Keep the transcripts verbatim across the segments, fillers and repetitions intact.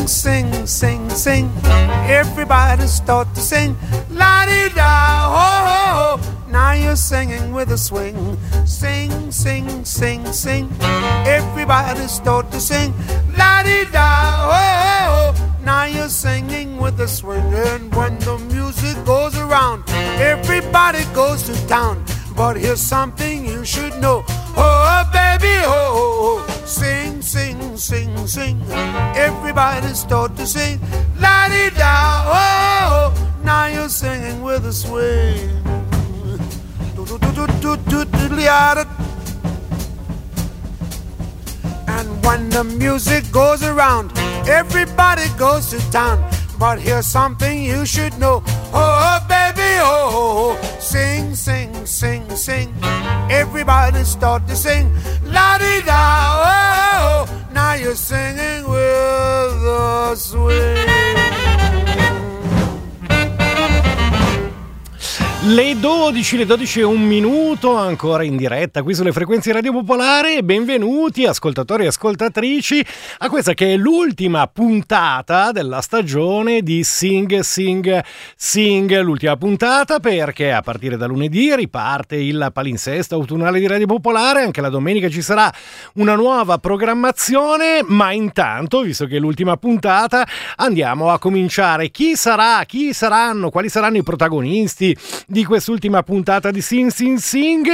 Sing, sing, sing, sing. Everybody start to sing. La-di-da, ho, ho, ho. Now you're singing with a swing. Sing, sing, sing, sing. Everybody start to sing. La-di-da, ho, ho, ho. Now you're singing with a swing. And when the music goes around, everybody goes to town. But here's something you should know. Oh, baby, oh, oh, oh. Sing, sing, sing, sing. Everybody start to sing. La-di-da, oh, oh. Now you're singing with a swing. And when the music goes around, everybody goes to town. But here's something you should know. Oh, baby, oh, oh. Sing, sing, sing, sing. Everybody start to sing. La-di-da, oh, oh. Now you're singing with the swing. Le dodici, le dodici e un minuto, ancora in diretta qui sulle frequenze di Radio Popolare. Benvenuti ascoltatori e ascoltatrici a questa che è l'ultima puntata della stagione di Sing Sing Sing. L'ultima puntata perché a partire da lunedì riparte il palinsesto autunnale di Radio Popolare. Anche la domenica ci sarà una nuova programmazione, ma intanto, visto che è l'ultima puntata, andiamo a cominciare. Chi sarà, chi saranno, quali saranno i protagonisti di quest'ultima puntata di Sing Sing Sing?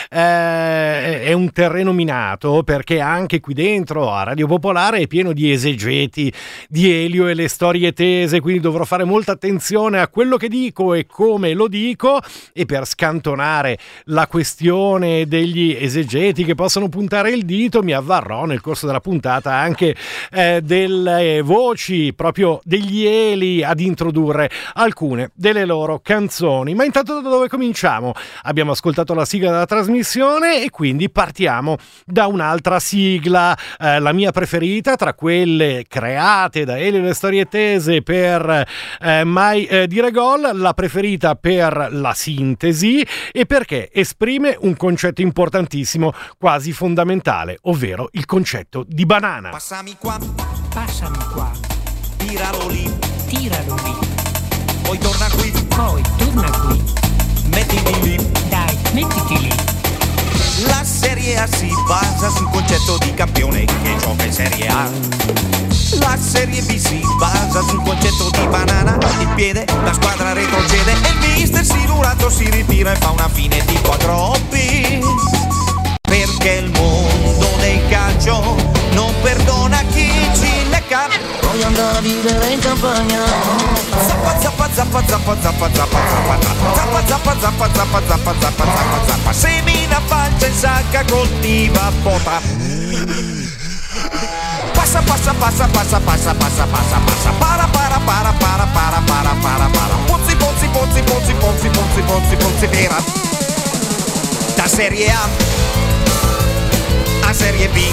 Eh, è un terreno minato perché anche qui dentro a Radio Popolare è pieno di esegeti di Elio e le storie tese, quindi dovrò fare molta attenzione a quello che dico e come lo dico. E per scantonare la questione degli esegeti che possono puntare il dito, mi avvarrò nel corso della puntata anche eh, delle voci proprio degli Eli ad introdurre alcune delle loro canzoni. Ma intanto da dove cominciamo? Abbiamo ascoltato la sigla della trasmissione e quindi partiamo da un'altra sigla, eh, la mia preferita tra quelle create da Elio e le storie tese per eh, Mai eh, dire gol, la preferita per la sintesi e perché esprime un concetto importantissimo, quasi fondamentale, ovvero il concetto di banana. Passami qua, passami qua, tiralo lì, tiralo lì, poi torna qui, poi torna qui, mettiti lì, dai, mettiti lì. La Serie A si basa sul concetto di campione che gioca in Serie A. La Serie B si basa sul concetto di banana, il piede, la squadra retrocede e il mister silurato si ritira e fa una fine di quattroppi. Perché il mondo del calcio non perdona chi ci lecca. Voglio andare a vivere in campagna. Zappa zappa zappa zappa zappa zappa zappa zappa zappa zappa zappa zappa zappa zappa zappa. Semina falcia in sacca, coltiva pota. Passa passa passa passa passa passa passa passa para para para para para para para para. Pozzi pozzi pozzi pozzi pozzi pozzi pozzi pozzi vera. Da Serie A a Serie B,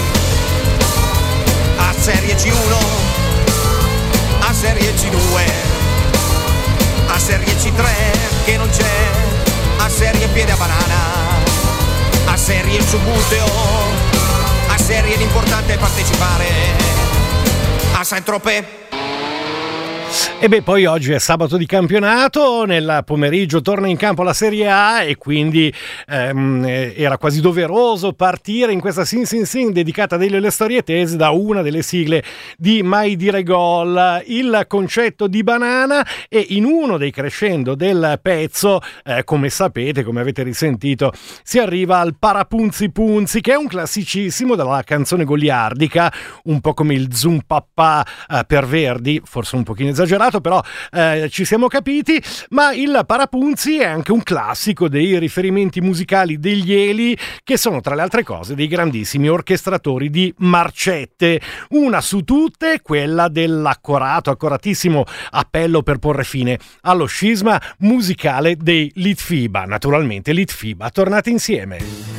a Serie C uno, a Serie C due, a Serie C tre che non c'è, a Serie piede a banana, a Serie il subbuteo, a Serie l'importante è partecipare, a Saint-Tropez. E beh, poi oggi è sabato di campionato, nel pomeriggio torna in campo la Serie A e quindi ehm, era quasi doveroso partire in questa Sing Sing Sing dedicata a Elio e le storie tese da una delle sigle di Mai dire gol, il concetto di banana. E in uno dei crescendo del pezzo, eh, come sapete, come avete risentito, si arriva al Parapunzi Punzi, che è un classicissimo della canzone goliardica, un po' come il Zoom Papà eh, per Verdi, forse un pochino esagerato, però eh, ci siamo capiti. Ma il Parapunzi è anche un classico dei riferimenti musicali degli Eli, che sono tra le altre cose dei grandissimi orchestratori di marcette, una su tutte quella dell'accorato, accoratissimo appello per porre fine allo scisma musicale dei Litfiba. Naturalmente Litfiba tornate insieme.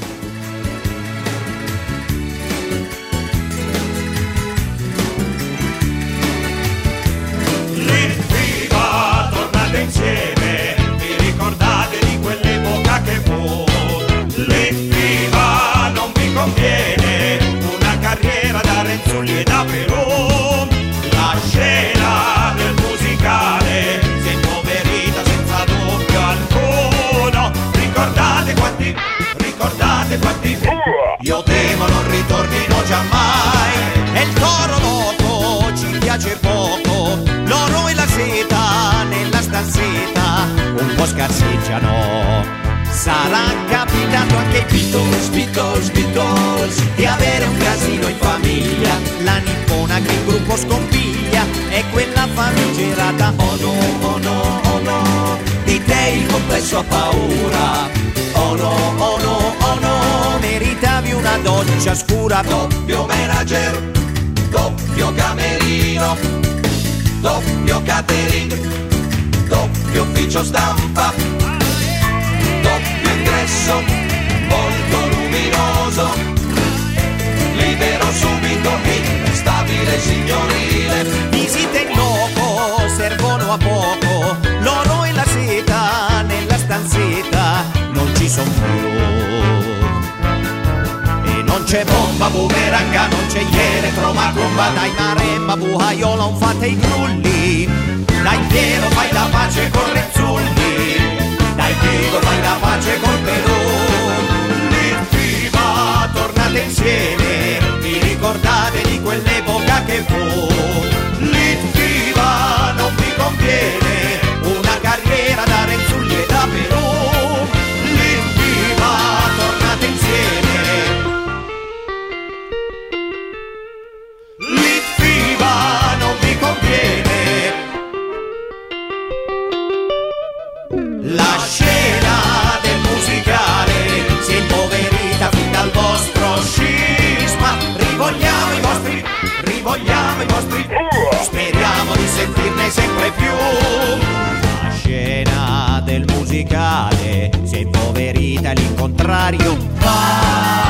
Insieme, vi ricordate di quell'epoca che fu? L'Ettiva non vi conviene, una carriera da Renzulli e da Perù. La mai. E il toro loco ci piace poco, l'oro e la seta nella stanzetta un po' scarseggiano. Sarà capitato anche ai Beatles, Beatles, Beatles di avere un casino in famiglia. La nippona che il gruppo scompiglia è quella famigerata. Oh no, oh no, oh no, di te il complesso ha paura. Oh no, oh no, oh no, meritavi una doccia scura. Doppio manager, doppio camerino, doppio catering, doppio ufficio stampa, doppio ingresso, molto luminoso, libero subito, instabile signorile. Visite in loco servono a poco, l'oro e la seta nella stanzetta non ci son più. E non c'è bomba, boomeranga, non c'è eletro, ma comba, dai maremma, buhaiola, un fate i grulli. Dai Piero, fai la pace con Rezzulli, dai Piero, fai la pace col Perù. L'Infiba, tornate insieme, vi ricordate di quell'epoca che fu. L'Infiba non vi conviene, una carriera da Rezzulli e da Perù. L'Infiba, tornate insieme. L'Infiba non vi conviene. La scena del musicale si è impoverita fin dal vostro scisma. Rivogliamo i vostri, rivogliamo i vostri, speriamo di sentirne sempre più. La scena del musicale si è impoverita, l'incontrario va.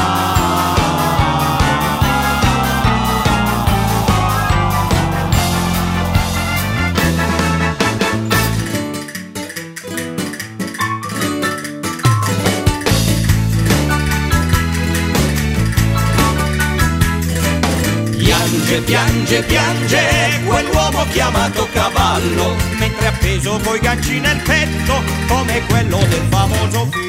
Piange, piange, piange quell'uomo chiamato cavallo, mentre appeso coi ganci nel petto come quello del famoso film.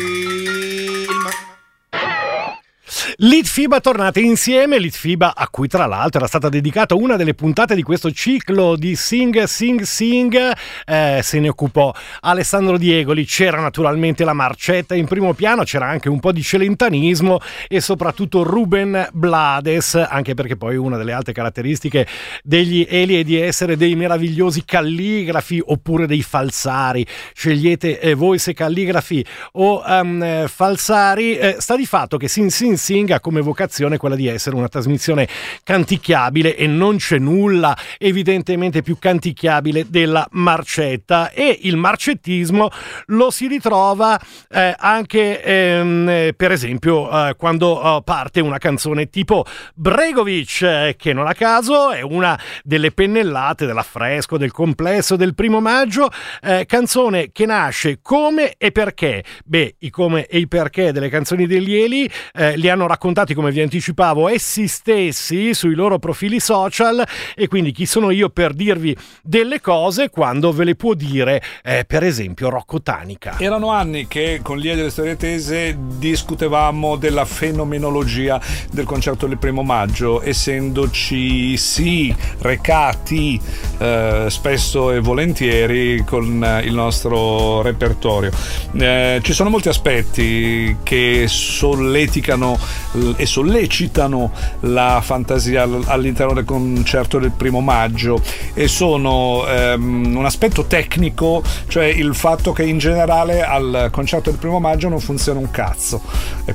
Litfiba tornate insieme, Litfiba a cui tra l'altro era stata dedicata una delle puntate di questo ciclo di Sing Sing Sing, eh, se ne occupò Alessandro Diegoli. C'era naturalmente la marcetta in primo piano, c'era anche un po' di celentanismo e soprattutto Ruben Blades, anche perché poi una delle altre caratteristiche degli Eli è di essere dei meravigliosi calligrafi oppure dei falsari. Scegliete eh, voi se calligrafi o um, falsari. Eh, sta di fatto che Sing Sing Sing ha come vocazione quella di essere una trasmissione canticchiabile e non c'è nulla evidentemente più canticchiabile della marcetta, e il marcettismo lo si ritrova eh, anche ehm, per esempio eh, quando eh, parte una canzone tipo Bregovic, eh, che non a caso è una delle pennellate dell'affresco del complesso del primo maggio, eh, canzone che nasce come e perché. Beh, i come e i perché delle canzoni degli Eli eh, li hanno raccontati, come vi anticipavo, essi stessi sui loro profili social, e quindi chi sono io per dirvi delle cose quando ve le può dire eh, per esempio Rocco Tanica. Erano anni che con gli Eli delle Storie Tese discutevamo della fenomenologia del concerto del primo maggio, essendoci sì recati eh, spesso e volentieri con il nostro repertorio. Eh, ci sono molti aspetti che solleticano e sollecitano la fantasia all'interno del concerto del primo maggio, e sono ehm, un aspetto tecnico, cioè il fatto che in generale al concerto del primo maggio non funziona un cazzo, e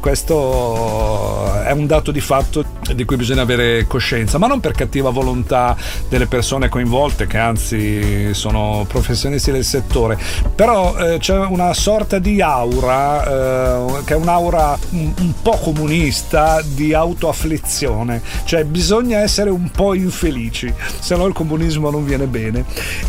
questo è un dato di fatto di cui bisogna avere coscienza, ma non per cattiva volontà delle persone coinvolte, che anzi sono professionisti del settore, però eh, c'è una sorta di aura eh, che è un'aura un, un po' comunista, di autoafflizione, cioè bisogna essere un po' infelici, se no il comunismo non viene bene.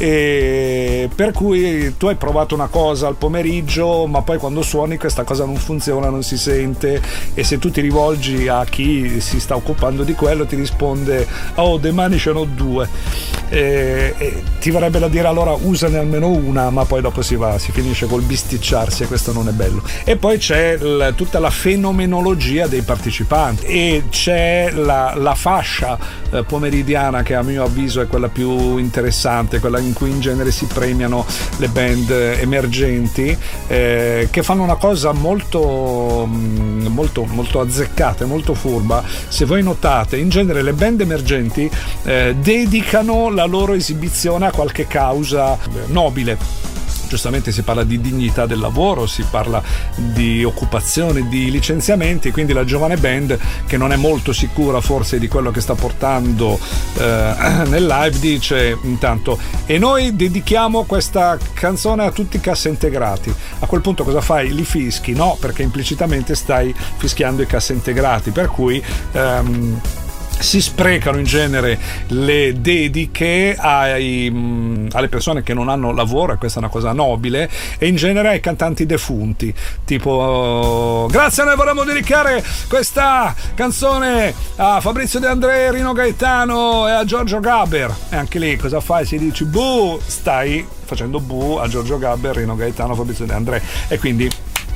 E per cui tu hai provato una cosa al pomeriggio, ma poi quando suoni questa cosa non funziona, non si sente, e se tu ti rivolgi a chi si sta occupando di quello ti risponde oh domani ce n'ho due, e, e ti verrebbe da dire allora usane almeno una, ma poi dopo si va, si finisce col bisticciarsi, e questo non è bello. E poi c'è l- tutta la fenomenologia dei partiti partecipanti, e c'è la, la fascia eh, pomeridiana che a mio avviso è quella più interessante, quella in cui in genere si premiano le band emergenti eh, che fanno una cosa molto molto molto azzeccata e molto furba. Se voi notate, in genere le band emergenti eh, dedicano la loro esibizione a qualche causa nobile. Giustamente si parla di dignità del lavoro, si parla di occupazione, di licenziamenti, quindi la giovane band, che non è molto sicura forse di quello che sta portando eh, nel live, dice intanto: e noi dedichiamo questa canzone a tutti i cassaintegrati. A quel punto cosa fai? Li fischi? No, perché implicitamente stai fischiando i cassaintegrati, per cui ehm, si sprecano in genere le dediche ai, mh, alle persone che non hanno lavoro, e questa è una cosa nobile, e in genere ai cantanti defunti, tipo oh, grazie, noi vorremmo dedicare questa canzone a Fabrizio De André, Rino Gaetano e a Giorgio Gaber. E anche lì cosa fai? Si dice buh, stai facendo buh a Giorgio Gaber, Rino Gaetano, Fabrizio De André. E quindi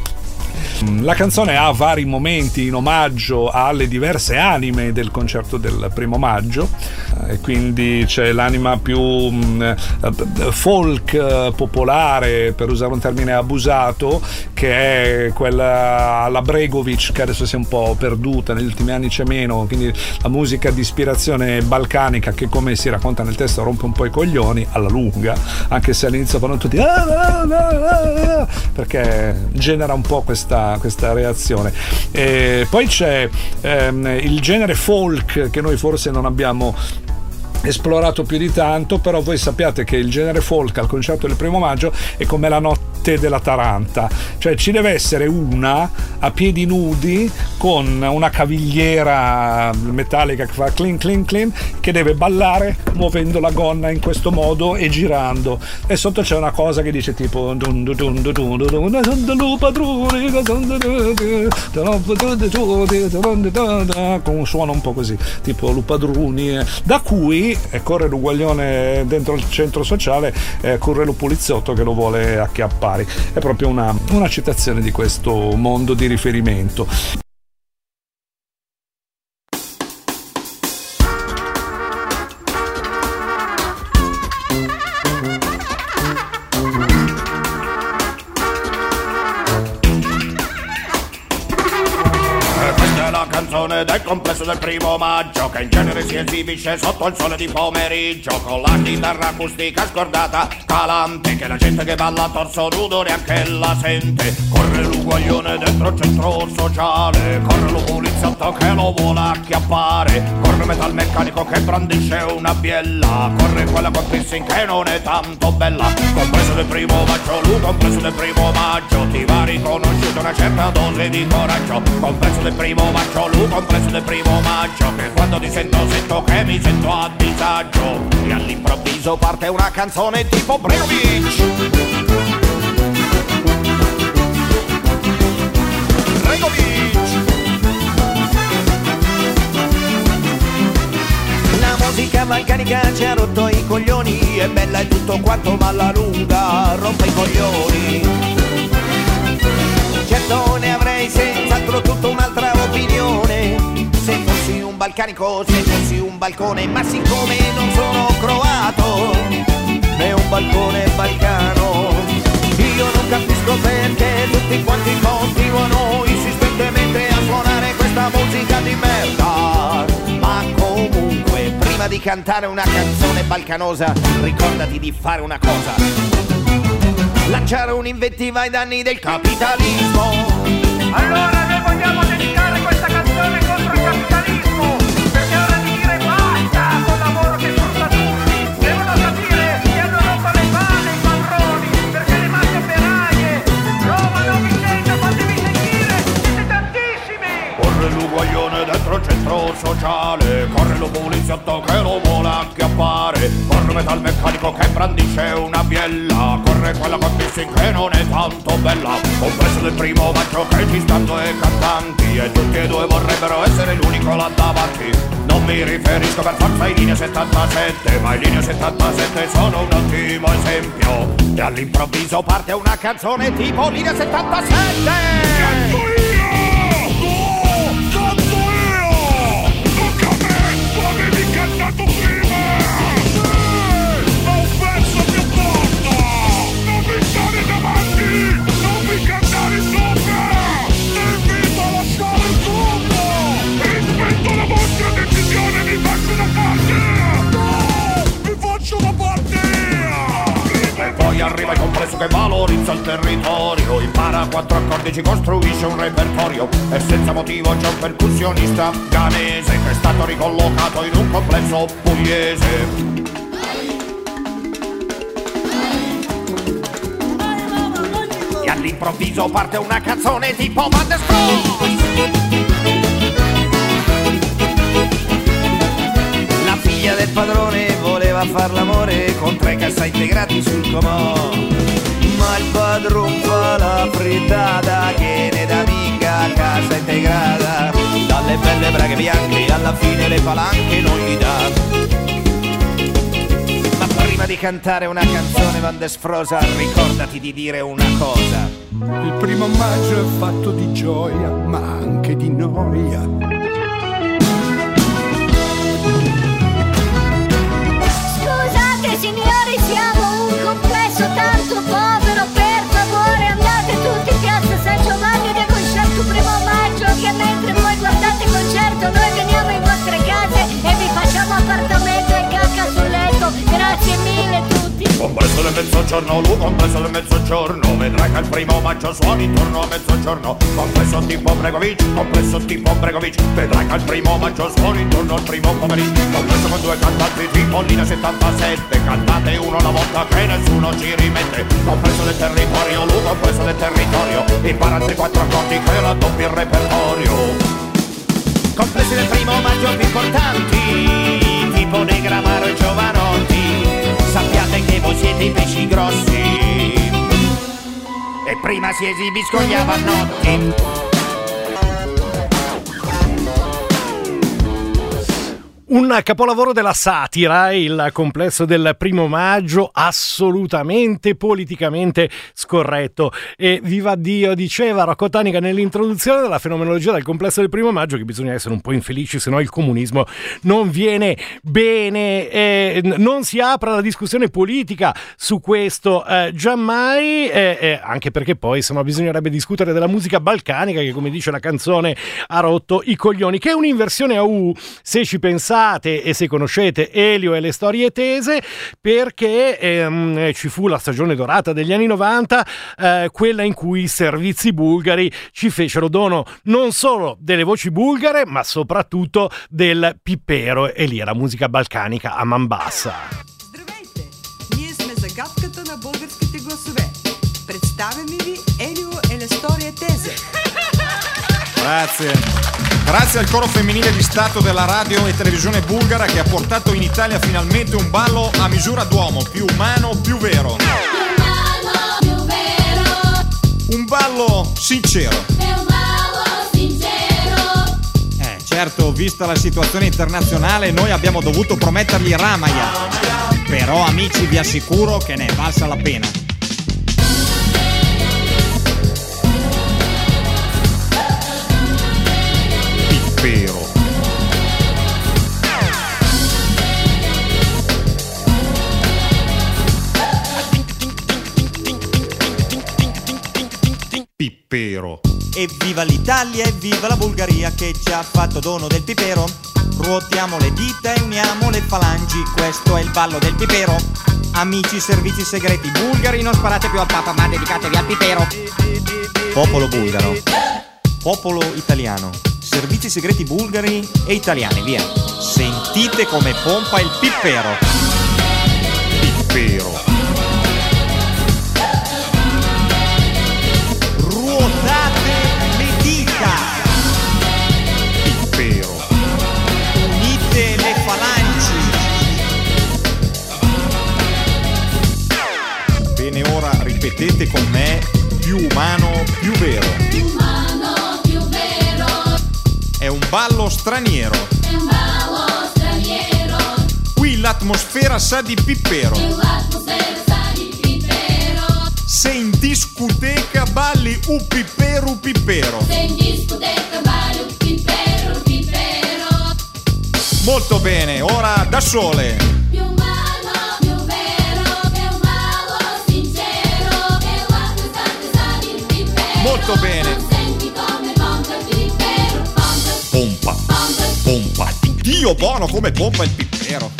la canzone ha vari momenti in omaggio alle diverse anime del concerto del primo maggio, e quindi c'è l'anima più mh, folk popolare, per usare un termine abusato, che è quella alla Bregovic, che adesso si è un po' perduta, negli ultimi anni c'è meno, quindi la musica di ispirazione balcanica che, come si racconta nel testo, rompe un po' i coglioni alla lunga, anche se all'inizio fanno tutti ah, ah, ah, ah, perché genera un po' questa questa reazione. E poi c'è ehm, il genere folk, che noi forse non abbiamo esplorato più di tanto, però voi sappiate che il genere folk al concerto del primo maggio è come la notte della Taranta, cioè ci deve essere una a piedi nudi con una cavigliera metallica che fa clink clink clink, che deve ballare muovendo la gonna in questo modo e girando, e sotto c'è una cosa che dice tipo con un suono un po' così, tipo lupadruni, da cui e corre l'uguaglione dentro il centro sociale, eh, corre lo poliziotto che lo vuole acchiappare. È proprio una, una citazione di questo mondo di riferimento. Del complesso del primo maggio, che in genere si esibisce sotto il sole di pomeriggio, con la chitarra acustica scordata calante, che la gente che balla a torso nudo neanche la sente. Corre l'uguaglione dentro il centro sociale, corre lo poliziotto che lo vuole acchiappare, corre metalmeccanico che brandisce una biella, corre quella con piercing che non è tanto bella. Compreso del primo maggio, lui compreso del primo maggio, ti va riconosciuta una certa dose di coraggio. Compreso del primo maggio, lui compreso del primo maggio, che quando ti sento sento che mi sento a disagio, e all'improvviso parte una canzone tipo Bregovic. Bregovic. La musica balcanica ci ha rotto i coglioni, è bella e tutto quanto, ma alla lunga rompe i coglioni. Certo ne avrei senz'altro tutta un'altra opinione, se fossi un balcanico, se fossi un balcone, ma siccome non sono croato né un balcone balcano, io non capisco perché tutti quanti continuano insistentemente a suonare questa musica di merda. Ma comunque, prima di cantare una canzone balcanosa, ricordati di fare una cosa: lanciare un'invettiva ai danni del capitalismo. Allora noi vogliamo dedicare questa canzone contro il capitalismo, perché è ora di dire basta col lavoro che sfrutta tutti. Devono capire che hanno rotto le palle i padroni, perché le masse operaie trovano Vicenza, fatevi sentire, siete tantissimi. Corre l'uguaglione dentro il centro sociale, corre lo poliziotto che lo vuole acchiappare, corre metalmeccanico che brandisce una biella, corre quella con piercing che non è tanto bella. Compreso del primo maggio che ci stanno due cantanti, e tutti e due vorrebbero essere l'unico là davanti. Non mi riferisco per forza ai linea settantasette, ma i linea settantasette sono un ottimo esempio. E all'improvviso parte una canzone tipo linea settantasette. Canto io! Oh, mezzo al territorio, impara quattro accordi, ci costruisce un repertorio e senza motivo c'è un percussionista ghanese che è stato ricollocato in un complesso pugliese. E all'improvviso parte una canzone tipo Van der La figlia del padrone voleva far l'amore con tre cassa integrati sul comò, ma il padron fa la frittata che ne dà mica casa integrata. Dalle belle braghe bianche alla fine le palanche non gli dà. Ma prima di cantare una canzone Van der Sfrosa, ricordati di dire una cosa: il primo maggio è fatto di gioia, ma anche di noia. Scusate signori, siamo un complesso tanto povero, per favore andate tutti in piazza San Giovanni ed è concerto primo maggio, che mentre voi guardate il concerto noi veniamo in vostre case e vi facciamo appartamento e cacca sul letto. Grazie mille tutti. Complesso del mezzogiorno, lu complesso del mezzogiorno, vedrai che il primo maggio suoni intorno a mezzogiorno. Complesso tipo Bregovic, complesso tipo Bregovic, vedrai che il primo maggio suoni intorno al primo pomeriggio. Complesso con due cantanti tipo Lina settantasette, cantate uno alla volta che nessuno ci rimette. Complesso del territorio, lu complesso del territorio, impara altri quattro accordi che raddoppia il repertorio. Complessi del primo maggio più importanti, tipo Negramaro e Giovanotti, sappiate che voi siete i pesci grossi e prima si esibiscono gli avannotti. Un capolavoro della satira, il complesso del primo maggio, assolutamente politicamente scorretto. E viva Dio, diceva Rocco Tanica nell'introduzione della fenomenologia del complesso del primo maggio, che bisogna essere un po' infelici, se no il comunismo non viene bene. Eh, non si apra la discussione politica su questo, eh, giammai, eh, eh, anche perché poi se no bisognerebbe discutere della musica balcanica, che come dice la canzone ha rotto i coglioni, che è un'inversione a U, se ci pensate e se conoscete Elio e le storie tese, perché ehm, ci fu la stagione dorata degli anni novanta, eh, quella in cui i servizi bulgari ci fecero dono non solo delle voci bulgare ma soprattutto del pipero, e lì era musica balcanica a man bassa. Здравейте! Ние сме загадката на българските гласове. Представяме ви Елио e le storie tese. Grazie. Grazie al coro femminile di Stato della radio e televisione bulgara che ha portato in Italia finalmente un ballo a misura d'uomo, più umano, più vero. Più umano, più vero. Un ballo sincero. È un ballo sincero. Eh, certo, vista la situazione internazionale, noi abbiamo dovuto promettergli Ramaia. Però, amici, vi assicuro che ne è valsa la pena. Pippero. Pippero. Evviva l'Italia, evviva la Bulgaria che ci ha fatto dono del pipero. Ruotiamo le dita e uniamo le falangi, questo è il ballo del pipero. Amici servizi segreti bulgari, non sparate più al Papa ma dedicatevi al pipero. Popolo bulgaro, popolo italiano, servizi segreti bulgari e italiani, via. Sentite come pompa il pippero. Pippero. Ruotate le dita. Pippero. Unite le falangi. Bene, ora ripetete con me: più umano, più vero. Più umano, più vero. È un ballo straniero. È un ballo straniero. Qui l'atmosfera sa di pippero. E l'atmosfera sa di pippero. Se in discoteca balli u pippero pippero. Se in discoteca balli u pippero pippero. Molto bene, ora da sole. Più umano, più vero. È un ballo sincero. E l'atmosfera sa di pippero. Molto bene. Senti come pompa il pippero. Pompa. Pompa. Pompa. Dio buono come pompa il pippero.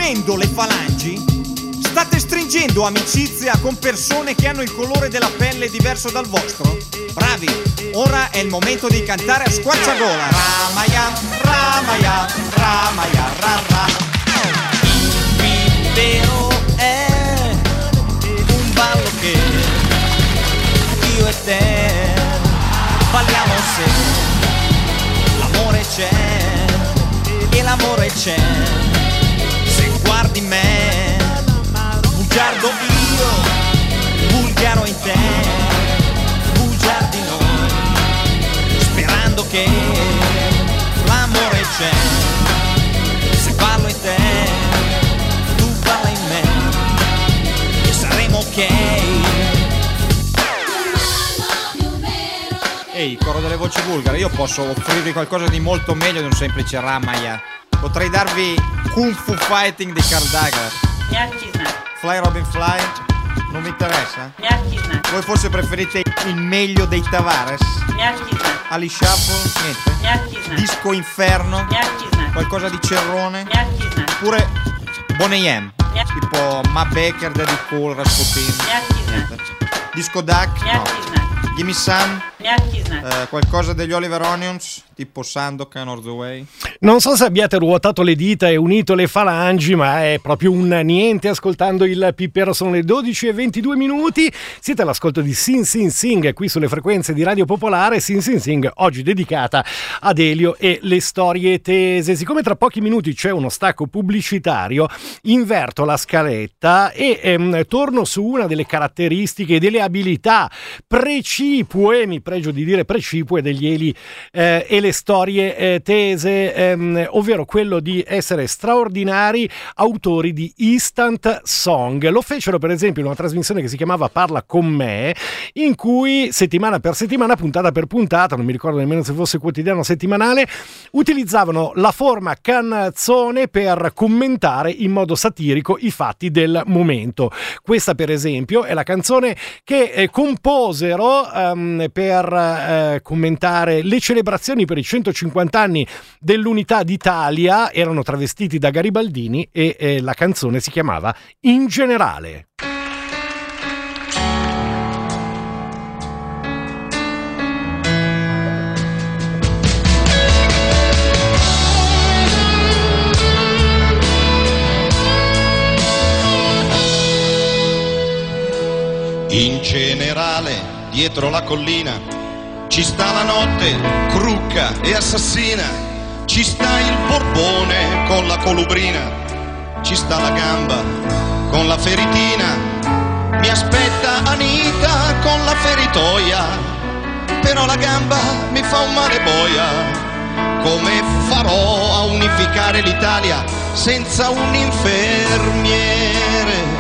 unendo le falangi? State stringendo amicizia con persone che hanno il colore della pelle diverso dal vostro? Bravi, ora è il momento di cantare a squarciagola. Ramaya, Ramaya, Ramaya, Rara. Il pipero è un ballo che io e te balliamo se l'amore c'è, e l'amore c'è. Se guardi me, bugiardo io, bulgaro in te, bugiardi noi, sperando che l'amore c'è. Se ballo in te, tu balla in me, e saremo ok. Ehi, coro delle voci bulgare, io posso offrirvi qualcosa di molto meglio di un semplice Ramaya. Potrei darvi Kung Fu Fighting di Karl Douglas. Fly Robin Fly, non mi interessa? Voi forse preferite il meglio dei Tavares? Ali Shuffle? Niente? Disco Inferno? Qualcosa di Cerrone? Oppure Boney M, tipo Ma Baker, Daddy Cool, Rasputin? Niente. Disco Duck? No. Gimme Some? Eh, qualcosa degli Oliver Onions, tipo Sandokan or The Way? Non so se abbiate ruotato le dita e unito le falangi, ma è proprio un niente ascoltando il Pipero. Sono le dodici e ventidue minuti, siete all'ascolto di Sin Sin Sing qui sulle frequenze di Radio Popolare. Sin Sin Sing oggi dedicata ad Elio e le storie tese. Siccome tra pochi minuti c'è uno stacco pubblicitario, inverto la scaletta e ehm, torno su una delle caratteristiche, delle abilità precipue, mi pregio di dire precipue, degli Eli eh, e le storie eh, tese, ehm, ovvero quello di essere straordinari autori di instant song. Lo fecero per esempio in una trasmissione che si chiamava Parla con me, in cui settimana per settimana, puntata per puntata, non mi ricordo nemmeno se fosse quotidiano o settimanale, utilizzavano la forma canzone per commentare in modo satirico i fatti del momento. Questa per esempio è la canzone che eh, composero um, per eh, commentare le celebrazioni per i centocinquanta anni dell'Unità d'Italia. Erano travestiti da garibaldini e eh, la canzone si chiamava In Generale. In generale, dietro la collina, ci sta la notte, crucca e assassina, ci sta il borbone con la colubrina, ci sta la gamba con la feritina, mi aspetta Anita con la feritoia, però la gamba mi fa un male boia. Come farò a unificare l'Italia senza un infermiere?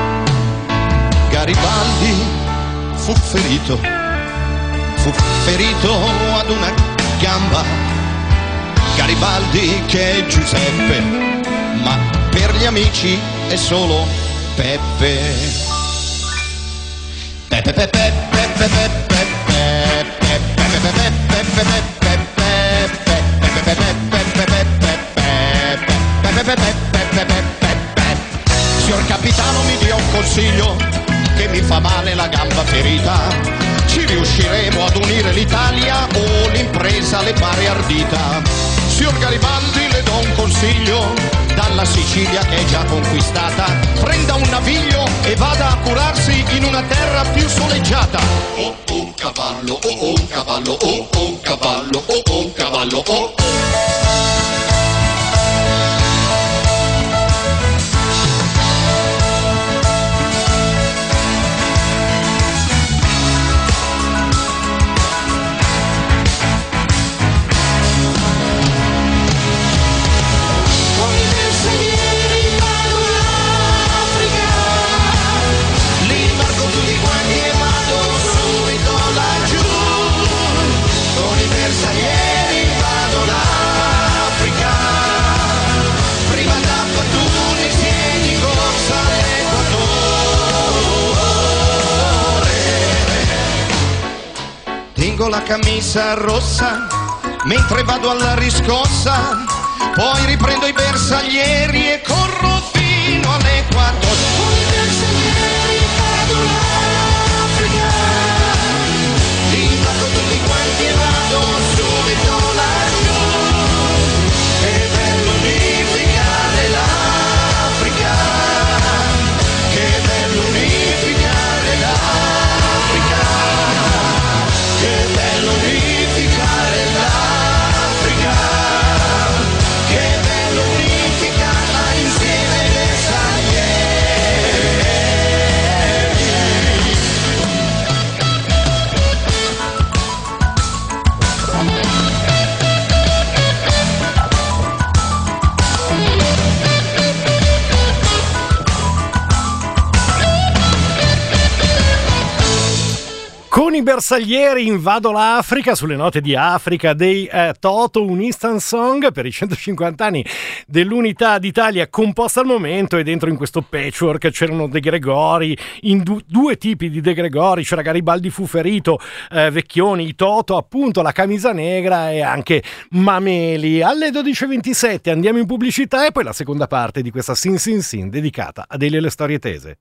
Garibaldi fu ferito, fu ferito ad una gamba. Garibaldi che è Giuseppe, ma per gli amici è solo Peppe. Peppe Peppe Peppe Peppe Peppe. Signor capitano, mi dia un consiglio, che mi fa male la gamba ferita. Ci riusciremo ad unire l'Italia o l'impresa le pare ardita? Signor Garibaldi, le do un consiglio, dalla Sicilia che è già conquistata, prenda un naviglio e vada a curarsi in una terra più soleggiata. Oh, oh, cavallo, oh, oh, cavallo, oh, oh, cavallo, oh, oh, cavallo, oh. La camicia rossa mentre vado alla riscossa, poi riprendo i bersaglieri e corro via. Con i bersaglieri invado l'Africa, sulle note di Africa dei eh, Toto, un instant song per i centocinquanta anni dell'Unità d'Italia composta al momento, e dentro in questo patchwork c'erano De Gregori, in du- due tipi di De Gregori, c'era Garibaldi fu ferito, eh, Vecchioni, i Toto appunto, la Camisa Negra e anche Mameli. Alle dodici e ventisette andiamo in pubblicità e poi la seconda parte di questa Sin Sin Sin dedicata a Elio e le storie tese.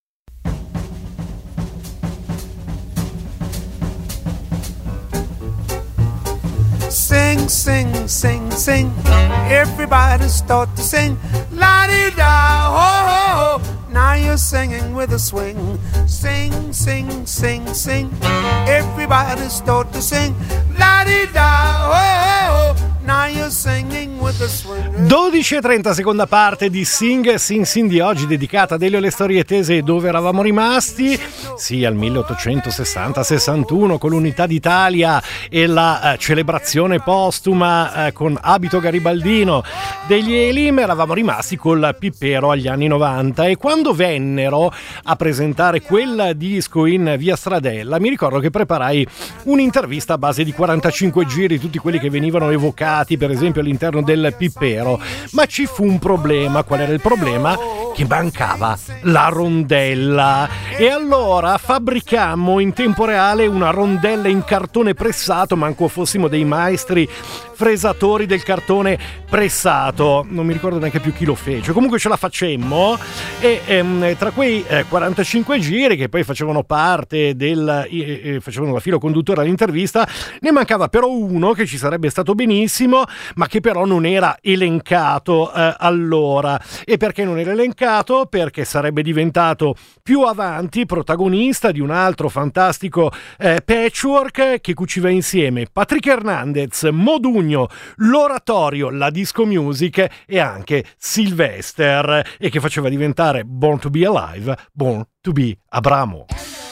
Sing, sing, sing, sing. Everybody start to sing. La-di-da, ho, ho, ho. Now you're singing with a swing. Sing, sing, sing, sing. Everybody start to sing. La-di-da, ho, ho, ho. Now you're singing with a swing. dodici e trenta, seconda parte di Sing Sin Sin di oggi, dedicata a Elio e le storie tese e dove eravamo rimasti. Sì, al milleottocentosessanta sessantuno con l'Unità d'Italia e la eh, celebrazione postuma eh, con abito garibaldino degli Elim. Eravamo rimasti col Pippero agli anni novanta, e quando vennero a presentare quel disco in via Stradella mi ricordo che preparai un'intervista a base di quarantacinque giri, tutti quelli che venivano evocati per esempio all'interno del Pippero, ma ci fu un problema. Qual era il problema? Che mancava la rondella, e allora fabbricammo in tempo reale una rondella in cartone pressato, manco fossimo dei maestri fresatori del cartone pressato, non mi ricordo neanche più chi lo fece, comunque ce la facemmo, e ehm, tra quei eh, quarantacinque giri che poi facevano parte del eh, eh, facevano da filo conduttore all'intervista, ne mancava però uno che ci sarebbe stato benissimo, ma che però non era elencato eh, allora. E perché non era elencato? Perché sarebbe diventato più avanti protagonista di un altro fantastico eh, patchwork che cuciva insieme Patrick Hernandez, Modugno, l'oratorio, la disco music e anche Sylvester, e che faceva diventare Born to be Alive, Born to be Abramo.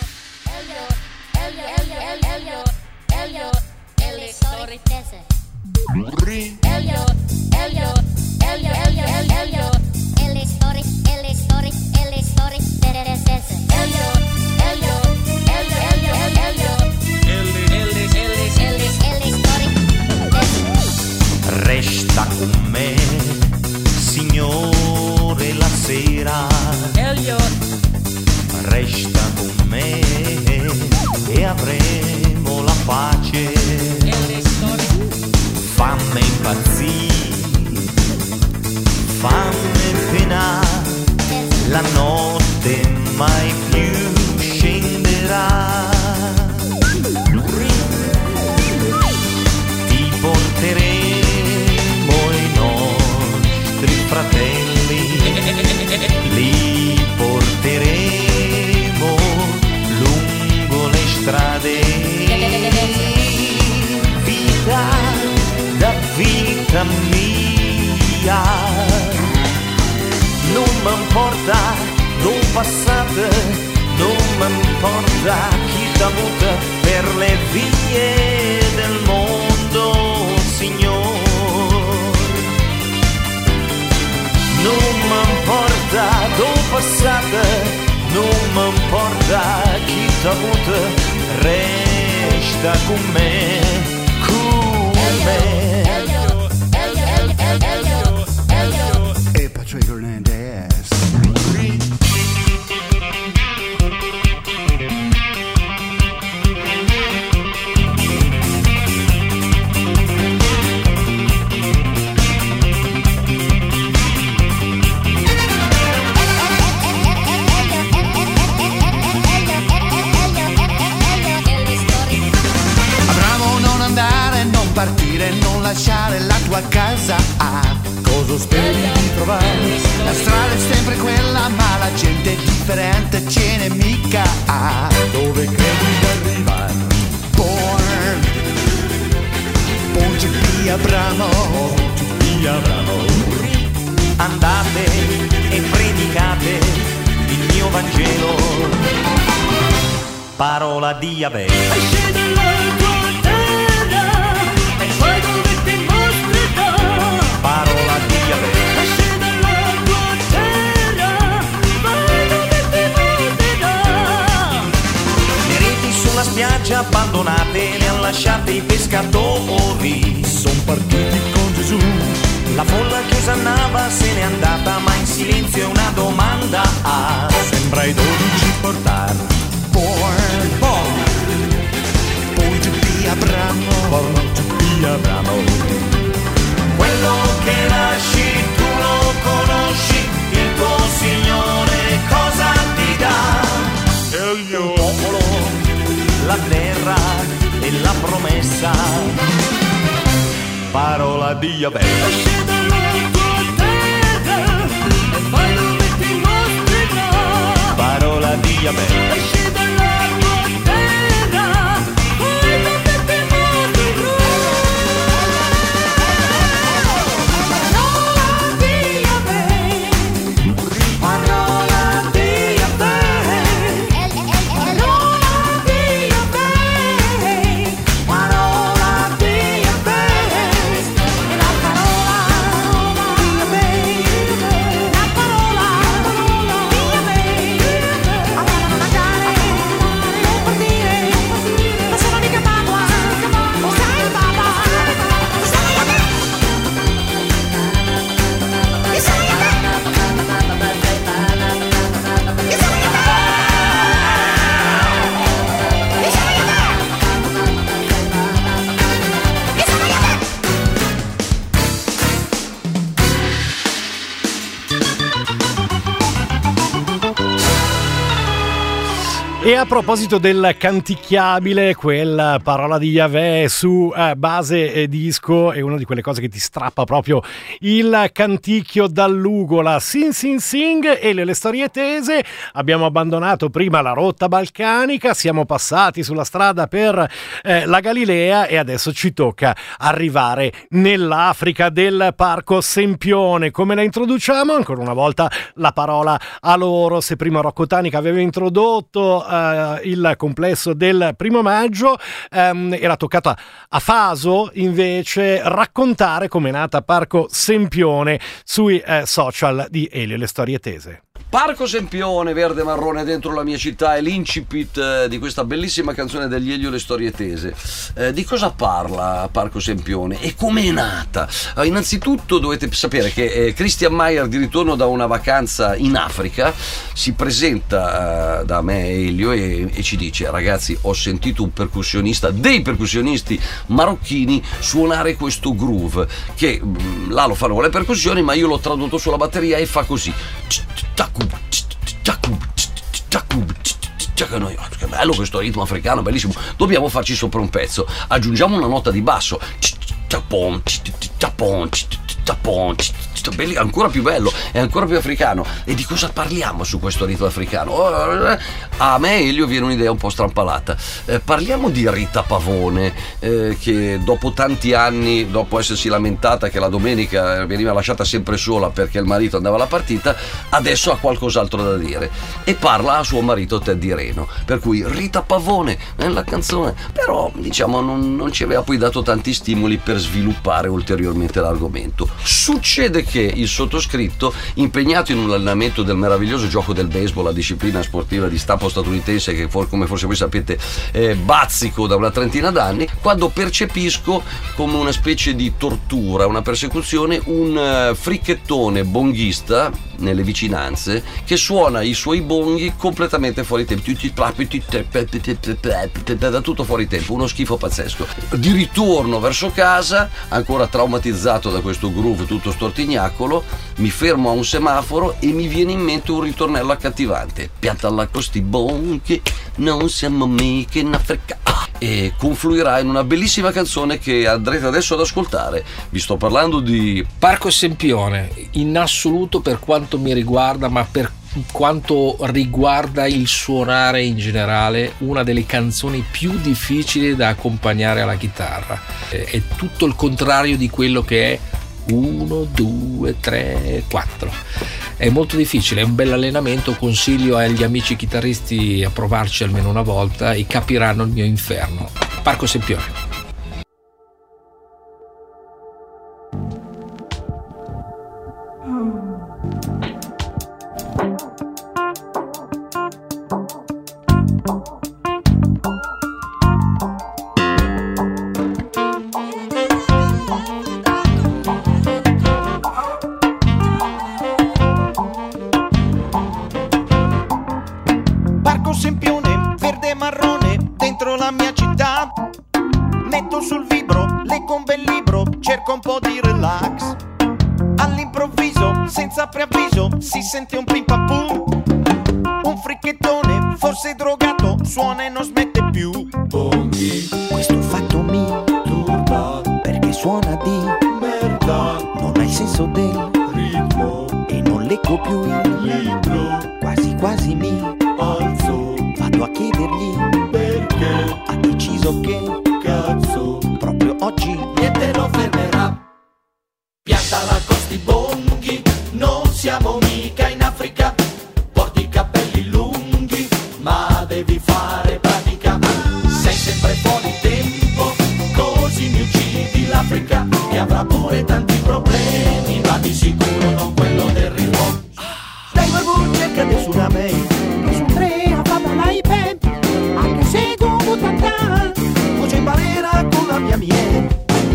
Resta con me, signore, la sera. Resta con me e avremo la pace. Fammi impazzire, fammi penare, la notte mai più scenderà. Ti porteremo fratelli, li porteremo lungo le strade. Vita da vita mia, non m'importa dove passate, non m'importa chi t'ha avuto per le vie del mondo, signore. Non m'importa dove passate, non m'importa chi t'ha avuto, resta con me, con me. E Patrick Hernandez. Partire, non lasciare la tua casa. Ah, cosa speri di trovare? La strada è sempre quella, ma la gente è differente, ce n'è mica. Ah, dove credi di arrivare? Born, born to be Abramo, born to be Abramo. Andate e predicate il mio Vangelo, parola di Yahweh. Parola di Yahweh. Esci dalla tua terra, vai dove ti porterà. Le reti sulla spiaggia spiagge abbandonate le han lasciate i pescatori. Son partiti con Gesù, la folla che osannava se n'è andata, ma in silenzio è una domanda. Ah, sembra i dodici portar. Born, born, born to be Abramo, born to be Abramo. Quello che nasci tu lo conosci, il tuo Signore cosa ti dà? E il mio popolo, la terra e la promessa. Parola di Yahweh. Esci dalla tua terra e vai dove ti mostrerà. Parola di Yahweh. Esci dalla tua terra, vai dove ti mostrerà. Parola di Yahweh. Parola di Yahweh. Parola di Yahweh. Parola di Yahweh. La parola di Yahweh. La parola di Yahweh. Andavano a mangiare, non partire, ma se non mica papà, o sai il papà, sai a me, e sai a me, e sai a me, e sai a me, e sai a me. E a proposito del canticchiabile, quella parola di Yahweh su eh, base eh, disco è una di quelle cose che ti strappa proprio il canticchio dall'ugola. Sin sin sing e le, le storie tese. Abbiamo abbandonato prima la rotta balcanica, siamo passati sulla strada per eh, la Galilea e adesso ci tocca arrivare nell'Africa del Parco Sempione. Come la introduciamo? Ancora una volta la parola a loro. Se prima Rocco Tanica aveva introdotto eh, il complesso del primo maggio, ehm, era toccata a Faso invece raccontare com'è nata Parco Sempione sui eh, social di Elio e le storie tese. Parco Sempione, verde marrone dentro la mia città, è l'incipit eh, di questa bellissima canzone degli Elio e le storie tese. Eh, di cosa parla Parco Sempione e com'è nata? Eh, innanzitutto dovete sapere che eh, Christian Maier, di ritorno da una vacanza in Africa, si presenta eh, da me Elio e, e ci dice: ragazzi, ho sentito un percussionista, dei percussionisti marocchini suonare questo groove che mh, là lo fanno con le percussioni, ma io l'ho tradotto sulla batteria e fa così. Che bello questo ritmo africano, bellissimo, dobbiamo farci sopra un pezzo, aggiungiamo una nota di basso, ancora più bello, è ancora più africano. E di cosa parliamo su questo ritmo africano? A me Elio viene un'idea un po' strampalata. Eh, parliamo di Rita Pavone, eh, che dopo tanti anni, dopo essersi lamentata che la domenica veniva lasciata sempre sola perché il marito andava alla partita, adesso ha qualcos'altro da dire e parla a suo marito Teddy Reno, per cui Rita Pavone nella canzone, però diciamo non, non ci aveva poi dato tanti stimoli per sviluppare ulteriormente l'argomento. Succede che il sottoscritto, impegnato in un allenamento del meraviglioso gioco del baseball, la disciplina sportiva di stampo statunitense che for, come forse voi sapete eh, bazzico da una trentina d'anni, quando percepisco come una specie di tortura, una persecuzione, un uh, fricchettone bonghista nelle vicinanze che suona i suoi bonghi completamente fuori tempo, da tutto fuori tempo, uno schifo pazzesco. Di ritorno verso casa, ancora traumatizzato da questo groove tutto stortignacolo, mi fermo a un semaforo e mi viene in mente un ritornello accattivante: piantala con sti bonghi, non siamo mica in Africa. E confluirà in una bellissima canzone che andrete adesso ad ascoltare. Vi sto parlando di Parco Sempione, in assoluto per quanto mi riguarda, ma per quanto riguarda il suonare in generale, una delle canzoni più difficili da accompagnare alla chitarra. È tutto il contrario di quello che è uno, due, tre, quattro. È molto difficile, è un bel allenamento, consiglio agli amici chitarristi a provarci almeno una volta e capiranno il mio inferno. Parco Sempione. marrone dentro la mia città. Metto sul vibro, leggo un bel libro, cerco un po' di relax. All'improvviso, senza preavviso, si sente un pim pam pum. Un fricchettone, forse drogato, suona e non smette più. Bonghi. Questo fatto mi turba, perché suona di merda. Non ha il senso del ritmo e non leggo più il libro. Quasi quasi mi alzo, vado a chiedergli perché ha deciso che cazzo proprio oggi niente lo fermerà. Pianta la costi bonghi, non siamo mica in Africa. Porti i capelli lunghi, ma devi fare pratica. Sei sempre fuori tempo, così mi uccidi l'Africa. E avrà pure tanti problemi, ma di sicuro non quello del ritmo. Dai quel cerca nessun a me, che su tre a fama la ipe, anche se tu mutanda, o c'è balera con la mia miele.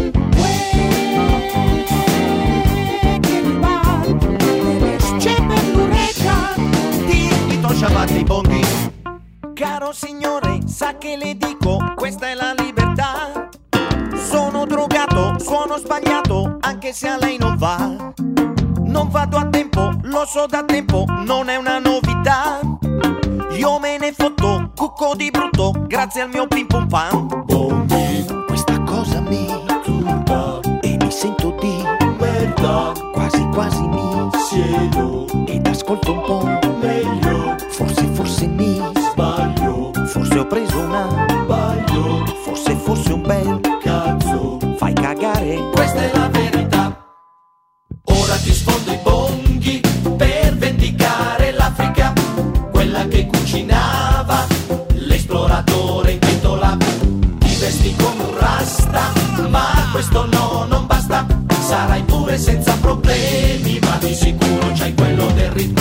I bonghi. Caro signore, sa che le dico, questa è la libertà. Sono drogato, suono sbagliato, anche se a lei non va. Non vado a tempo, lo so da tempo, non è una novità. Io me ne fotto, cucco di brutto, grazie al mio pim pum pam. Bonghi. Questa cosa mi turba e mi sento di merda. Quasi quasi mi siedo ed ascolto un po' meglio. Forse, forse mi sbaglio, forse ho preso una sbaglio, forse, forse un bel cazzo, fai cagare, questa è la verità. Ora ti sfondo i bonghi per vendicare l'Africa, quella che cucinava, l'esploratore in pentola. Ti vesti come un rasta, ma questo no, non basta. Sarai pure senza problemi, ma di sicuro c'hai quello del ritmo.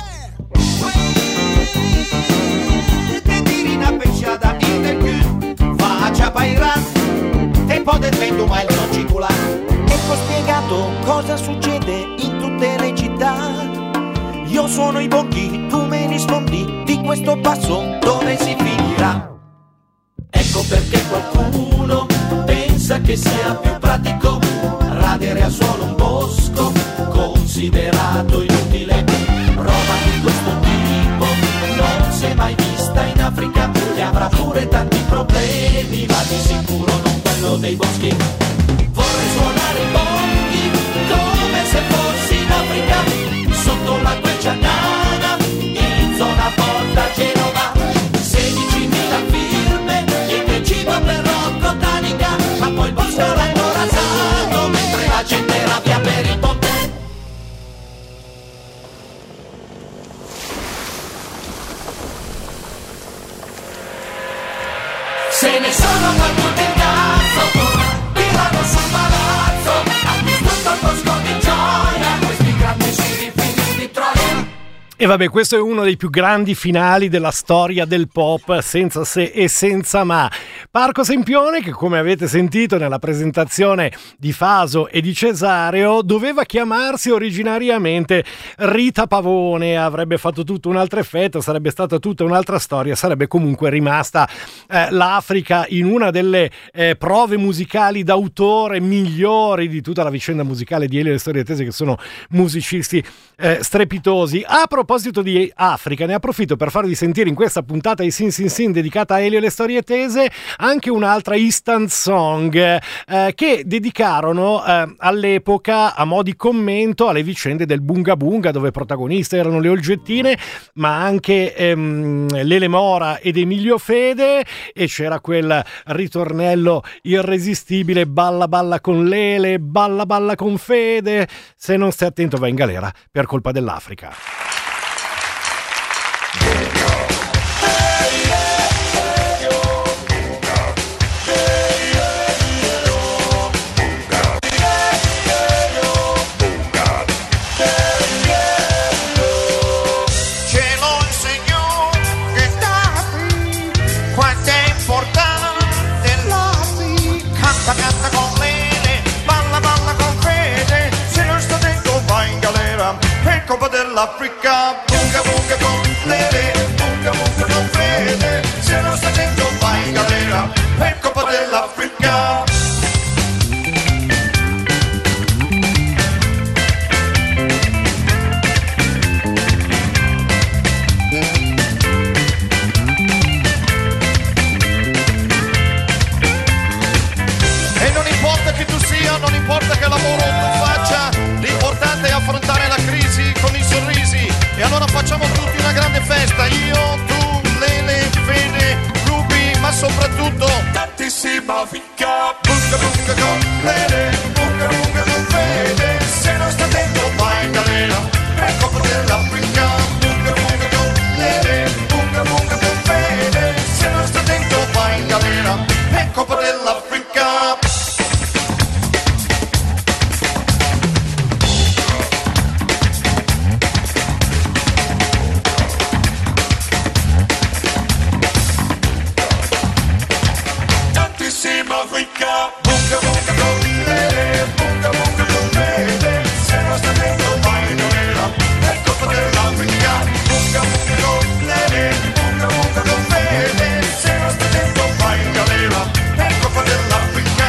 Faccia pairà, tempo del vento ma il non circola. Ecco spiegato cosa succede in tutte le città. Io sono i bonghi, tu me rispondi di questo passo dove si finirà. Ecco perché qualcuno pensa che sia più pratico radere al suolo un bosco considerato inutile. Roba di questo tipo non si è mai vista in Africa e avrà pure tanti problemi, ma di sicuro non quello dei boschi. Vorrei suonare i bonghi come se fossi in Africa, sotto la quercia nana, in zona Porta Genova. sedicimila firme, niente cibo per Rocco Tanica, ma poi il bosco l'hanno rasato mentre la gente era via per il ponte. Se ne sono battuti il cazzo, tirano sul palazzo, hanno distrutto il bosco di gioia, questi grandissimi figli di Troia. E vabbè, questo è uno dei più grandi finali della storia del pop, senza se e senza ma. Parco Sempione, che come avete sentito nella presentazione di Faso e di Cesareo, doveva chiamarsi originariamente Rita Pavone, avrebbe fatto tutto un altro effetto, sarebbe stata tutta un'altra storia, sarebbe comunque rimasta eh, l'Africa in una delle eh, prove musicali d'autore migliori di tutta la vicenda musicale di Elio e le Storie Tese, che sono musicisti eh, strepitosi. A proposito di Africa, ne approfitto per farvi sentire in questa puntata di Sin Sin Sin dedicata a Elio e le Storie Tese anche un'altra instant song eh, che dedicarono eh, all'epoca a mo' di commento alle vicende del Bunga Bunga, dove protagoniste erano le Olgettine, ma anche ehm, Lele Mora ed Emilio Fede, e c'era quel ritornello irresistibile: balla balla con Lele, balla balla con Fede, se non stai attento vai in galera per colpa dell'Africa. L'Africa, bunga bunga con Lele, bunga bunga con Fede, se se non sta attento vai in galera, è colpa dell'Africa. Non importa che lavoro tu faccia, l'importante è affrontare la crisi con i sorrisi. E allora facciamo tutti una grande festa, io, tu, Lele, Fede, Ruby, ma soprattutto tantissima fica. Bunga bunga con Lele, bunga bunga con Fede, se non sta attento vai in galera, è colpa dell'Africa. Bunga bunga con Lele, bunga bunga con Fede, se non sta attento vai in galera, è colpa dell'Africa. Africa, bunga bunga con Lele, bunga bunga con Fede, se non sta attento vai in galera, è colpa dell'Africa. Bunga bunga con Lele, bunga bunga con Fede, se non sta attento vai in galera, è colpa dell'Africa.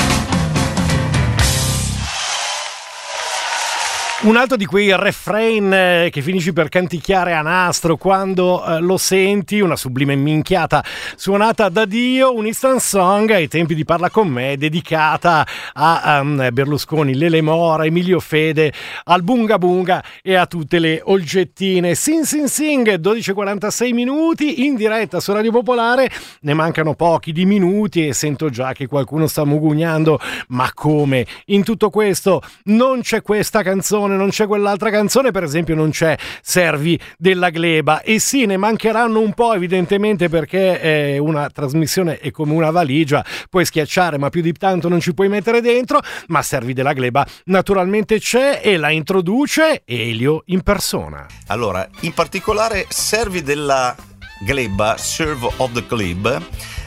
Un altro di quei refrain eh, che finisci per canticchiare a nastro quando eh, lo senti, una sublime minchiata suonata da Dio, un instant song ai tempi di Parla con me, dedicata a um, Berlusconi, Lele Mora, Emilio Fede, al Bunga Bunga e a tutte le olgettine. Sing Sing Sing, dodici e quarantasei minuti, in diretta su Radio Popolare, ne mancano pochi di minuti e sento già che qualcuno sta mugugnando, ma come? In tutto questo non c'è questa canzone, non c'è quell'altra canzone, per esempio non c'è Servi della Gleba, e sì, ne mancheranno un po' evidentemente perché eh, una trasmissione è come una valigia, puoi schiacciare ma più di tanto non ci puoi mettere dentro, ma Servi della Gleba naturalmente c'è e la introduce Elio in persona. Allora, in particolare Servi della Gleba, Serve of the Glebe,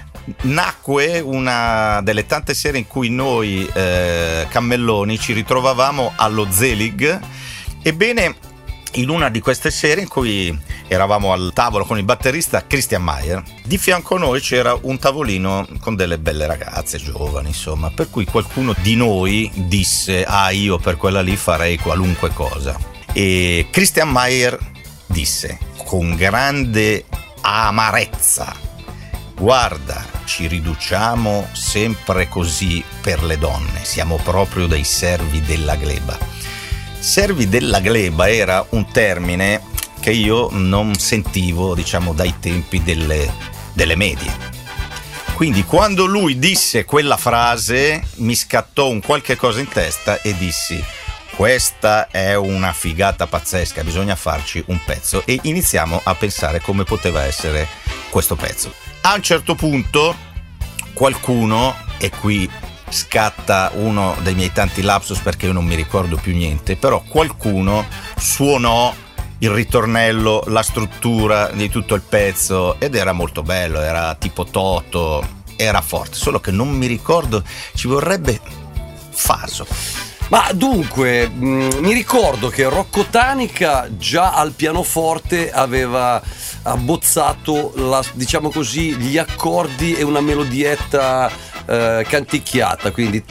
nacque una delle tante sere in cui noi eh, cammelloni ci ritrovavamo allo Zelig. Ebbene, in una di queste sere in cui eravamo al tavolo con il batterista Christian Maier, di fianco a noi c'era un tavolino con delle belle ragazze giovani, insomma, per cui qualcuno di noi disse: ah, io per quella lì farei qualunque cosa. E Christian Maier disse con grande amarezza: guarda, ci riduciamo sempre così per le donne, siamo proprio dei servi della gleba. Servi della gleba era un termine che io non sentivo, diciamo, dai tempi delle, delle medie. Quindi quando lui disse quella frase mi scattò un qualche cosa in testa e dissi: questa è una figata pazzesca, bisogna farci un pezzo. E iniziamo a pensare come poteva essere questo pezzo. A un certo punto qualcuno, e qui scatta uno dei miei tanti lapsus perché io non mi ricordo più niente, però qualcuno suonò il ritornello, la struttura di tutto il pezzo ed era molto bello, era tipo Toto, era forte, solo che non mi ricordo, ci vorrebbe Faso. Ma dunque, mh, mi ricordo che Rocco Tanica già al pianoforte aveva abbozzato, la, diciamo così, gli accordi e una melodietta eh, canticchiata, quindi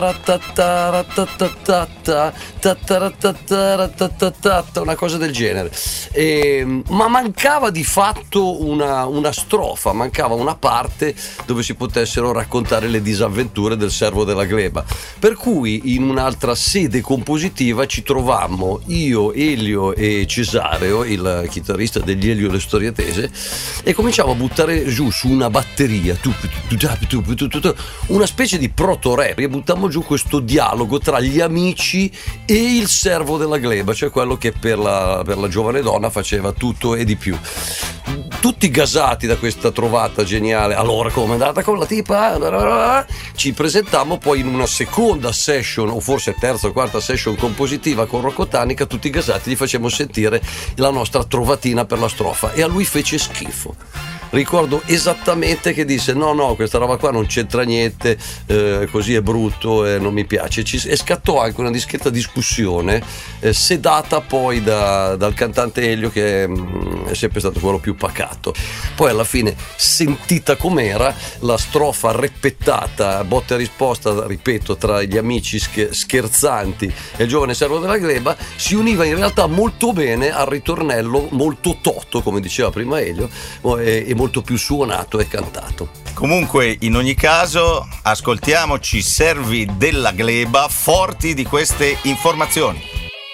una cosa del genere. E, ma mancava di fatto una, una strofa, mancava una parte dove si potessero raccontare le disavventure del servo della gleba. Per cui in un'altra sede compositiva ci trovammo io, Elio e Cesareo, il chitarrista degli Elio Le Storie Tese, e cominciamo a buttare giù su una batteria una specie di proto-rap e buttammo giù questo dialogo tra gli amici e il servo della gleba, cioè quello che per la, per la giovane donna faceva tutto e di più. Tutti gasati da questa trovata geniale. Allora, come è andata con la tipa? Ci presentammo poi in una seconda session, o forse terza o quarta session compositiva con Rocco Tanica, tutti gasati, gli facemmo sentire la nostra trovatina per la strofa e a lui fece schifo. ricordo esattamente che disse no no questa roba qua non c'entra niente, eh, così è brutto e non mi piace. Ci, e scattò anche una discreta discussione eh, sedata poi da, dal cantante Elio, che mh, è sempre stato quello più pacato. Poi alla fine, sentita com'era la strofa reppettata botta e risposta, ripeto, tra gli amici sch- scherzanti e il giovane servo della gleba, si univa in realtà molto bene al ritornello molto toto, come diceva prima Elio, e, e molto più suonato e cantato. Comunque, in ogni caso, ascoltiamoci Servi della gleba forti di queste informazioni.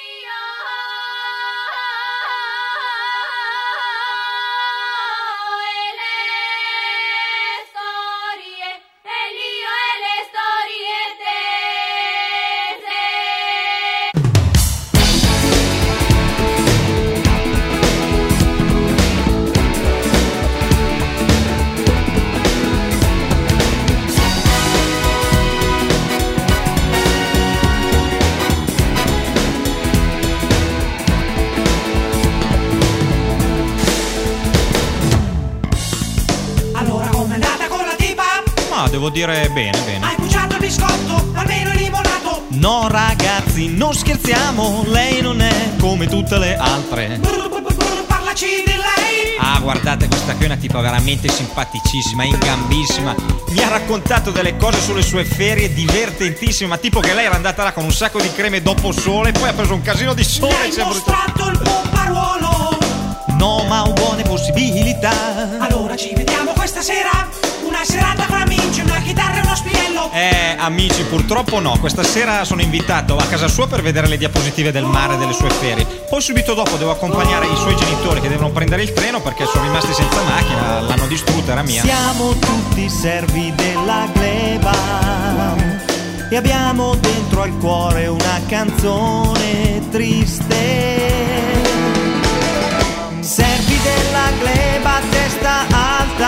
Devo dire bene, bene. Hai bugiato il biscotto, almeno il limonato. No ragazzi, non scherziamo, lei non è come tutte le altre. Brr, brr, brr, brr, parlaci di lei. Ah, guardate, questa qui è una tipa veramente simpaticissima, ingambissima. Mi ha raccontato delle cose sulle sue ferie divertentissime, ma tipo che lei era andata là con un sacco di creme dopo sole, poi ha preso un casino di sole. Mi hai mostrato il pomparuolo. No, ma ho buone possibilità. Allora ci vediamo questa sera. Una serata con amici, una chitarra e uno spinello. Eh, amici, purtroppo no. Questa sera sono invitato a casa sua per vedere le diapositive del mare delle sue ferie. Poi subito dopo devo accompagnare i suoi genitori che devono prendere il treno perché sono rimasti senza macchina, l'hanno distrutta, era mia. Siamo tutti servi della gleba e abbiamo dentro al cuore una canzone triste. Servi della gleba, testa alta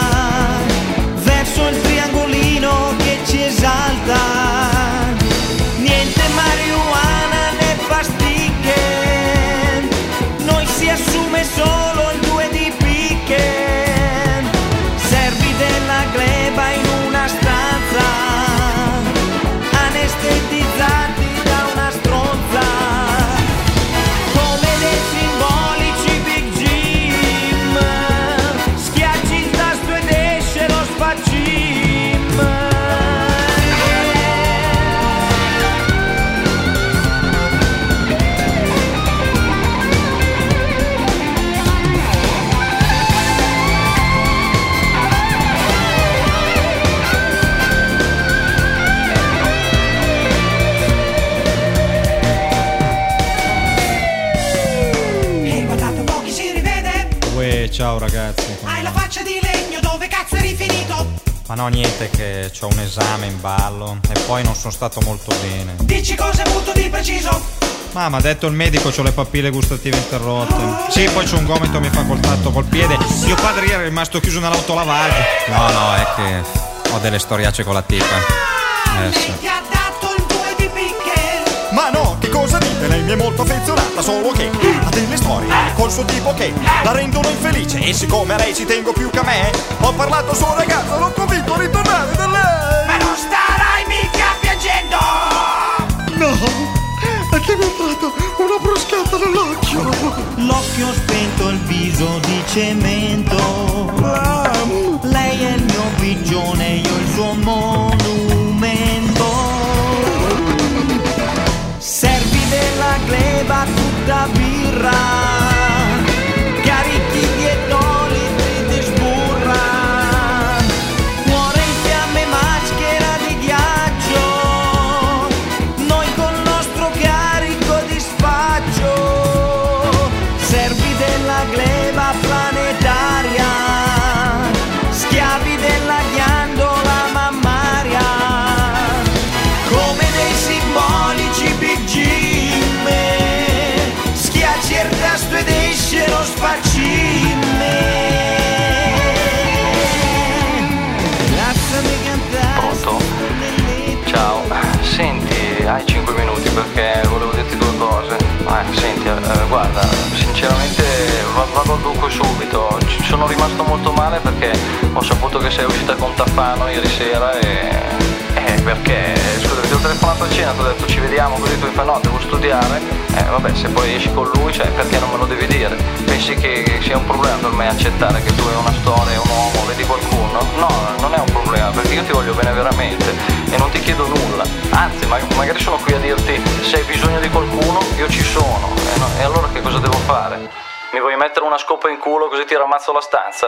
verso il triangolino che ci esalta. Niente marijuana né pasticche, noi si assume solo il due di picche. Servi della gleba in una stanza, anestetizzati da una stronza, come dei simbolici Big Jim. Schiacci il tasto ed esce lo spacim. Ehi, guardate un po' chi si rivede. Uè, ciao ragazzi. Hai la faccia di legno, dove cazzo eri finito? Ma no, niente, che c'ho un esame in ballo e poi non sono stato molto bene. Dici cosa hai avuto di preciso? Ma mi ha detto il medico, c'ho le papille gustative interrotte. Sì, poi c'ho un gomito, mi fa contatto col piede. Mio padre ieri è rimasto chiuso nell'autolavaggio. No, no, è che ho delle storiacce con la tipa. Eh sì. Ti ha dato il due di picche. Ma no, che cosa dite? Lei mi è molto affezionata, solo che ha delle storie col suo tipo che la rendono infelice. E siccome a lei ci tengo più che a me, ho parlato al suo ragazzo, l'ho convinto a ritornare da lei. Ma non starai mica piangendo. No, è che mi ha entrata una bruscata nell'occhio. L'occhio spento, il viso di cemento. Lei è il mio pigione, io il suo monumento. Servi della gleba tutta birra, carichi di etolitri di sburra, cuore in fiamme, maschera di ghiaccio, noi col nostro carico di spaccio. Servi della gleba planetaria, schiavi della ghiandola sono rimasto molto male perché ho saputo che sei uscita con Tafano ieri sera e... Eh, perché, scusa, ti ho telefonato a cena, ti ho detto ci vediamo, così tu mi fai no, devo studiare. Eh, vabbè, se poi esci con lui, cioè, perché non me lo devi dire? Pensi che sia un problema per me accettare che tu hai una storia, un uomo, vedi qualcuno? No, non è un problema, perché io ti voglio bene veramente e non ti chiedo nulla. Anzi, ma- magari sono qui a dirti, se hai bisogno di qualcuno, io ci sono. E, no- e allora che cosa devo fare? Mi vuoi mettere una scopa in culo così ti rammazzo la stanza?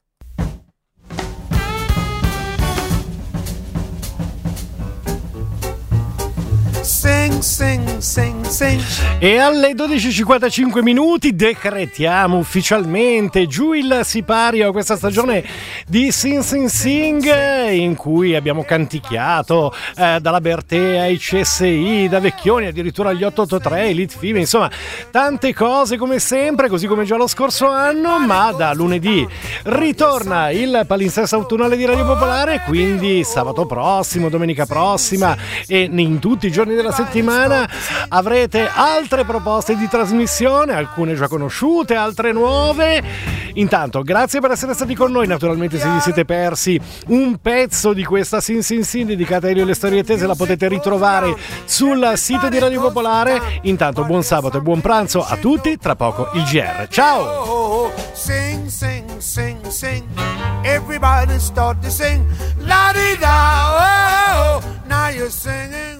Sing, sing, sing, sing. E alle dodici e cinquantacinque minuti decretiamo ufficialmente giù il sipario a questa stagione di Sing Sing Sing, in cui abbiamo canticchiato eh, dalla Bertè ai C S I, da Vecchioni addirittura agli otto otto tre, Elite Five, insomma tante cose come sempre, così come già lo scorso anno. Ma da lunedì ritorna il palinsesto autunnale di Radio Popolare, quindi sabato prossimo, domenica prossima e in tutti i giorni della settimana avrete altre proposte di trasmissione, alcune già conosciute, altre nuove. Intanto grazie per essere stati con noi. Naturalmente se vi siete persi un pezzo di questa Sin Sin Sin dedicata a Elio e le storie tese, la potete ritrovare sul sito di Radio Popolare. Intanto buon sabato e buon pranzo a tutti, tra poco il G R. Ciao! Sing, sing, sing, sing. Everybody start to sing. La di da, oh, now you're singing.